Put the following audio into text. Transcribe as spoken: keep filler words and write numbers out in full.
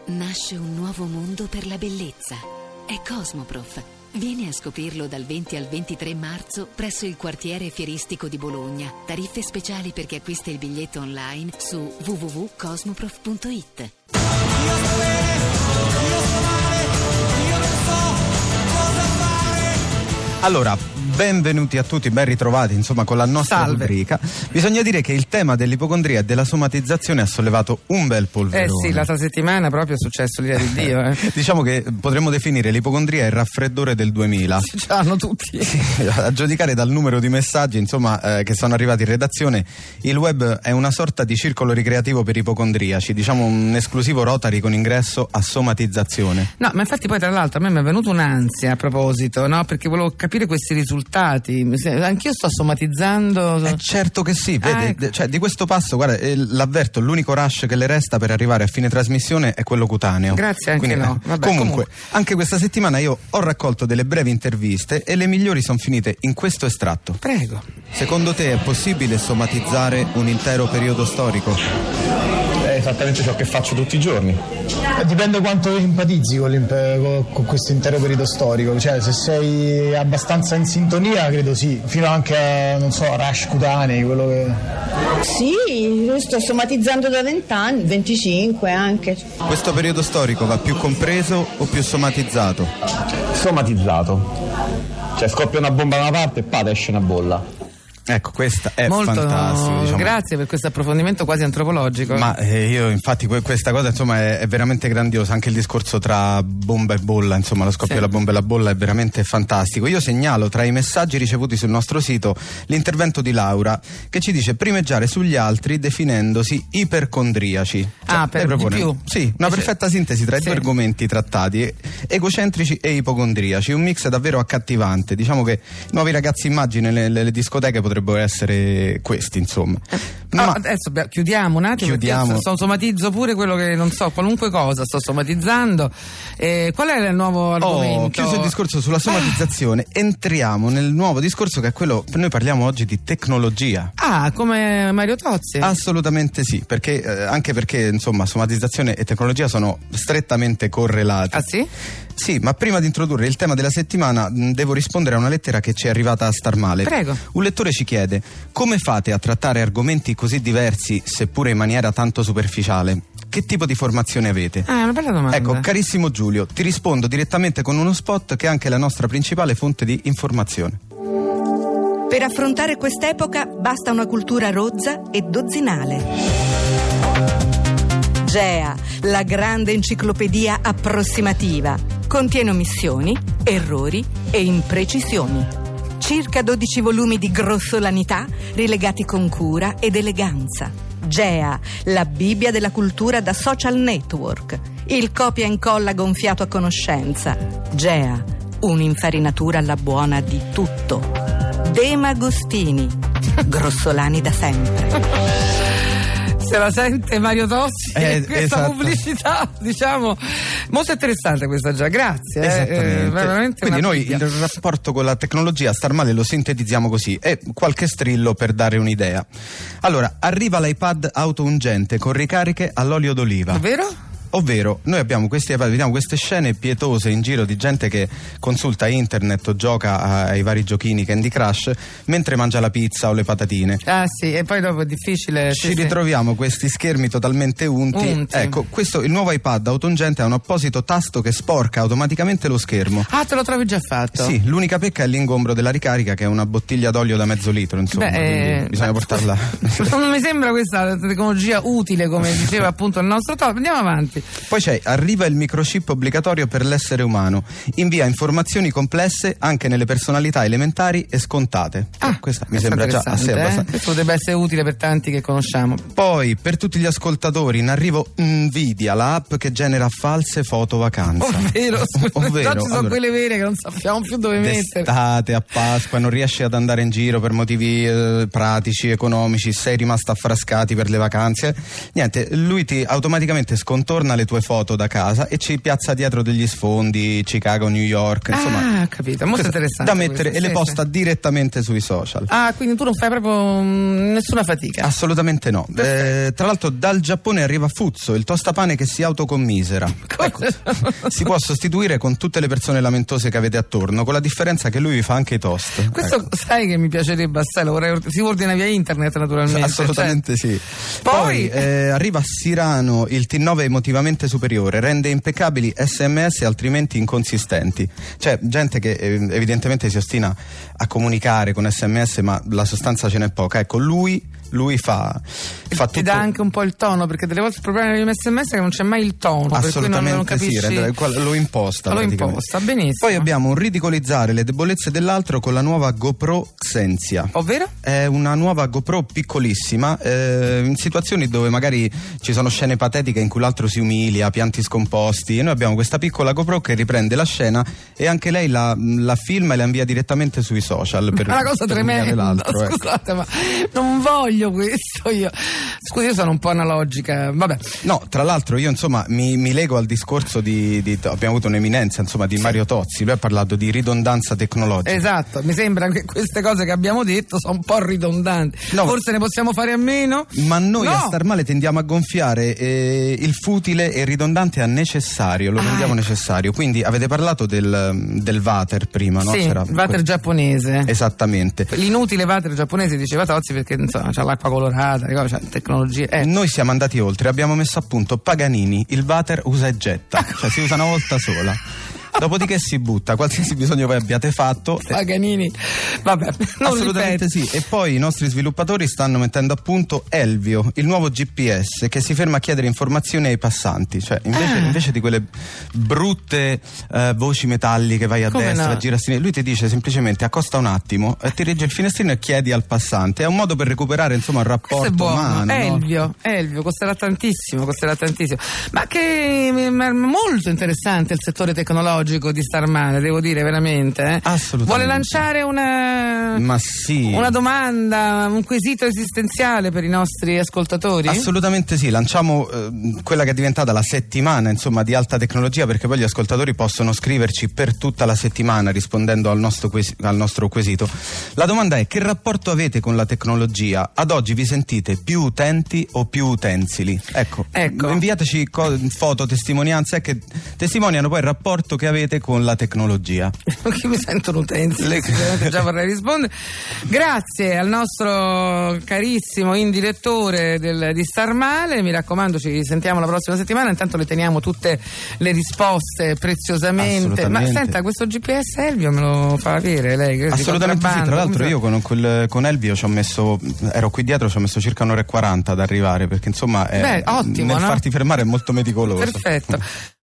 Nasce un nuovo mondo per la bellezza. È Cosmoprof. Vieni a scoprirlo dal venti al ventitré marzo presso il quartiere fieristico di Bologna. Tariffe speciali per chi acquista il biglietto online su w w w punto cosmoprof punto i t. Io sto bene, io sto male, io non so cosa fare. Allora, benvenuti a tutti, ben ritrovati insomma con la nostra Salve. rubrica. Bisogna dire che il tema dell'ipocondria e della somatizzazazione ha sollevato un bel polverone. Eh sì, l'altra settimana proprio è successo l'ira di Dio. Eh. Diciamo che potremmo definire l'ipocondria il raffreddore del duemila. Ce l'hanno tutti. Sì, a giudicare dal numero di messaggi insomma eh, che sono arrivati in redazione, il web è una sorta di circolo ricreativo per ipocondriaci, diciamo un esclusivo Rotary con ingresso a somatizzazione. No, ma infatti poi tra l'altro a me mi è venuta un'ansia a proposito, no? Perché volevo capire questi risultati. Anch'io sto somatizzando. Eh certo che sì, vede, Ah, ecco. cioè, di questo passo, guarda, eh, l'avverto, l'unico rush che le resta per arrivare a fine trasmissione è quello cutaneo. Grazie, anche Quindi, no. eh, Vabbè, comunque, comunque, anche questa settimana io ho raccolto delle brevi interviste e le migliori sono finite in questo estratto. prego. Secondo te è possibile somatizzare un intero periodo storico? È esattamente ciò che faccio tutti i giorni. Dipende quanto empatizzi con, con, con questo intero periodo storico, cioè se sei abbastanza in sintonia credo sì, fino anche a, non so, rash cutanei, quello che... Sì, io sto somatizzando da vent'anni, venticinque anche. Questo periodo storico va più compreso o più somatizzato? Somatizzato. Cioè scoppia una bomba da una parte e pad esce una bolla. Ecco, questa è Molto fantastico, diciamo. Grazie per questo approfondimento quasi antropologico. Ma eh, io infatti que- questa cosa insomma è, è veramente grandiosa, anche il discorso tra bomba e bolla, insomma lo scoppio Sì. della bomba e la bolla è veramente fantastico. Io segnalo tra i messaggi ricevuti sul nostro sito l'intervento di Laura che ci dice primeggiare sugli altri definendosi ipercondriaci. Cioè, Ah, per lei propone- di più. Sì, una Invece- perfetta sintesi tra i Sì. due argomenti trattati, eh, egocentrici e ipocondriaci, un mix davvero accattivante. Diciamo che i nuovi ragazzi immagini nelle, nelle discoteche potrebbero essere questi, insomma. Ah, Ma adesso beh, chiudiamo un attimo. Chiudiamo. Perché sto, somatizzo pure quello che non so, qualunque cosa sto somatizzando. Eh, qual è il nuovo argomento? Ho chiuso il discorso sulla somatizzazione, entriamo nel nuovo discorso che è quello, noi parliamo oggi di tecnologia. Ah, come Mario Tozzi. Assolutamente sì, perché eh, anche perché insomma somatizzazione e tecnologia sono strettamente correlati. Ah sì? Sì, ma prima di introdurre il tema della settimana mh, devo rispondere a una lettera che ci è arrivata a star male. Prego. Un lettore ci chiede: come fate a trattare argomenti così diversi, seppure in maniera tanto superficiale? Che tipo di formazione avete? Ah, è una bella domanda. Ecco, carissimo Giulio, ti rispondo direttamente con uno spot che è anche la nostra principale fonte di informazione. Per affrontare quest'epoca basta una cultura rozza e dozzinale. Gea, la grande enciclopedia approssimativa, contiene omissioni, errori e imprecisioni. Circa dodici volumi di grossolanità rilegati con cura ed eleganza. Gea, la Bibbia della cultura da social network, il copia e incolla gonfiato a conoscenza. Gea, un'infarinatura alla buona di tutto. Demagostini, grossolani da sempre. Se la sente Mario Tozzi, Eh, questa esatto. pubblicità, diciamo, molto interessante questa già, grazie. eh, Esattamente. eh, veramente Quindi una noi Bibbia. il rapporto con la tecnologia a star male lo sintetizziamo così, e qualche strillo per dare un'idea. Allora, arriva l'iPad autoungente con ricariche all'olio d'oliva. Davvero? Ovvero, noi abbiamo questi iPad, vediamo queste scene pietose in giro di gente che consulta internet o gioca a- ai vari giochini Candy Crush mentre mangia la pizza o le patatine. Ah sì, e poi dopo è difficile. Ci sì, sì. ritroviamo questi schermi totalmente unti. Unti. Ecco, questo, il nuovo iPad autoungente ha un apposito tasto che sporca automaticamente lo schermo. Ah, te lo trovi già fatto? Sì, l'unica pecca è l'ingombro della ricarica, che è una bottiglia d'olio da mezzo litro, insomma. Beh, quindi eh, bisogna beh, portarla. Non mi sembra questa tecnologia utile, come diceva appunto il nostro top. Andiamo avanti. Poi c'è, arriva il microchip obbligatorio per l'essere umano, invia informazioni complesse anche nelle personalità elementari e scontate. Ah, questa mi questo sembra è già a sé interessante, eh? abbastanza. Questo potrebbe essere utile per tanti che conosciamo. Poi, per tutti gli ascoltatori, in arrivo Nvidia, la app che genera false foto vacanza. Ovvero, Ovvero, già ci sono allora, quelle vere che non sappiamo più dove mettere. d'estate a Pasqua non riesci ad andare in giro per motivi eh, pratici, economici, sei rimasto affrascati per le vacanze, niente, lui ti automaticamente scontorna aggiorna le tue foto da casa e ci piazza dietro degli sfondi, Chicago, New York, insomma. Ah, capito, molto interessante. Da mettere questo, e sì, le posta sì. direttamente sui social. Ah, quindi tu non fai proprio mh, nessuna fatica? Assolutamente no. Eh, tra l'altro dal Giappone arriva Fuzzo, il tostapane che si autocommisera. Ecco, si può sostituire con tutte le persone lamentose che avete attorno, con la differenza che lui vi fa anche i toast. Questo ecco. sai che mi piacerebbe assai, lo vorrei, si ordina via internet naturalmente. Assolutamente cioè. sì. Poi, Poi eh, arriva Sirano, il T nove emotivamente superiore, rende impeccabili sms altrimenti inconsistenti. Cioè gente che eh, evidentemente si ostina a comunicare con sms, ma la sostanza ce n'è poca. Ecco, lui lui fa, fa ti tutto. dà anche un po' il tono, perché delle volte il problema degli sms è che non c'è mai il tono, Assolutamente per cui non, non capisci. Sì, lo imposta lo imposta, benissimo. Poi abbiamo un ridicolizzare le debolezze dell'altro con la nuova GoPro Xenzia, ovvero? È una nuova GoPro piccolissima, eh, in situazioni dove magari ci sono scene patetiche in cui l'altro si umilia, pianti scomposti, e noi abbiamo questa piccola GoPro che riprende la scena e anche lei la, la filma e la invia direttamente sui social per, è una cosa per tremenda, l'altro, scusate, ecco. ma non voglio questo io. Scusi, io sono un po' analogica, vabbè. No, tra l'altro io insomma mi, mi lego al discorso di, di abbiamo avuto un'eminenza insomma di Mario Tozzi, lui ha parlato di ridondanza tecnologica. Esatto, mi sembra che queste cose che abbiamo detto sono un po' ridondanti. No, forse ne possiamo fare a meno? Ma noi no. a Star Male tendiamo a gonfiare eh, il futile e il ridondante a necessario, lo rendiamo ah, necessario. Quindi avete parlato del, del water prima, no? Sì, C'era il water questo. giapponese. Esattamente. L'inutile water giapponese, diceva Tozzi, perché insomma c'ha l'acqua colorata, c'ha tecnologie. Eh. Noi siamo andati oltre, abbiamo messo a punto Paganini, il water usa e getta, cioè si usa una volta sola. Dopodiché si butta, qualsiasi bisogno voi abbiate fatto. Paganini, vabbè, non assolutamente ripeti. sì. E poi i nostri sviluppatori stanno mettendo a punto Elvio, il nuovo G P S che si ferma a chiedere informazioni ai passanti, cioè invece, ah. invece di quelle brutte uh, voci metalliche, vai a Come destra, no? gira a sinistra, lui ti dice semplicemente accosta un attimo e ti regge il finestrino e chiedi al passante. È un modo per recuperare insomma il rapporto umano. Elvio, no? Elvio, costerà tantissimo, costerà tantissimo. Ma che ma molto interessante il settore tecnologico di Star Male, devo dire, veramente. Eh? Assolutamente. Vuole lanciare una Ma sì. una domanda, un quesito esistenziale per i nostri ascoltatori? Assolutamente sì, lanciamo eh, quella che è diventata la settimana insomma di alta tecnologia, perché poi gli ascoltatori possono scriverci per tutta la settimana rispondendo al nostro, quesi- al nostro quesito. La domanda è: che rapporto avete con la tecnologia? Ad oggi vi sentite più utenti o più utensili? Ecco, ecco. inviateci co- foto, testimonianze che testimoniano poi il rapporto che avete con la tecnologia. Che mi sentono utensili, già vorrei rispondere. Grazie al nostro carissimo indirettore del, di Star Male, mi raccomando ci sentiamo la prossima settimana, intanto le teniamo tutte le risposte preziosamente. Ma senta, questo G P S Elvio me lo fa avere lei? Assolutamente sì, tra l'altro io con, con, con Elvio ci ho messo, ero qui dietro, ci ho messo circa un'ora e quaranta ad arrivare, perché insomma è, Beh, ottimo, nel no? farti fermare è molto meticoloso. Perfetto.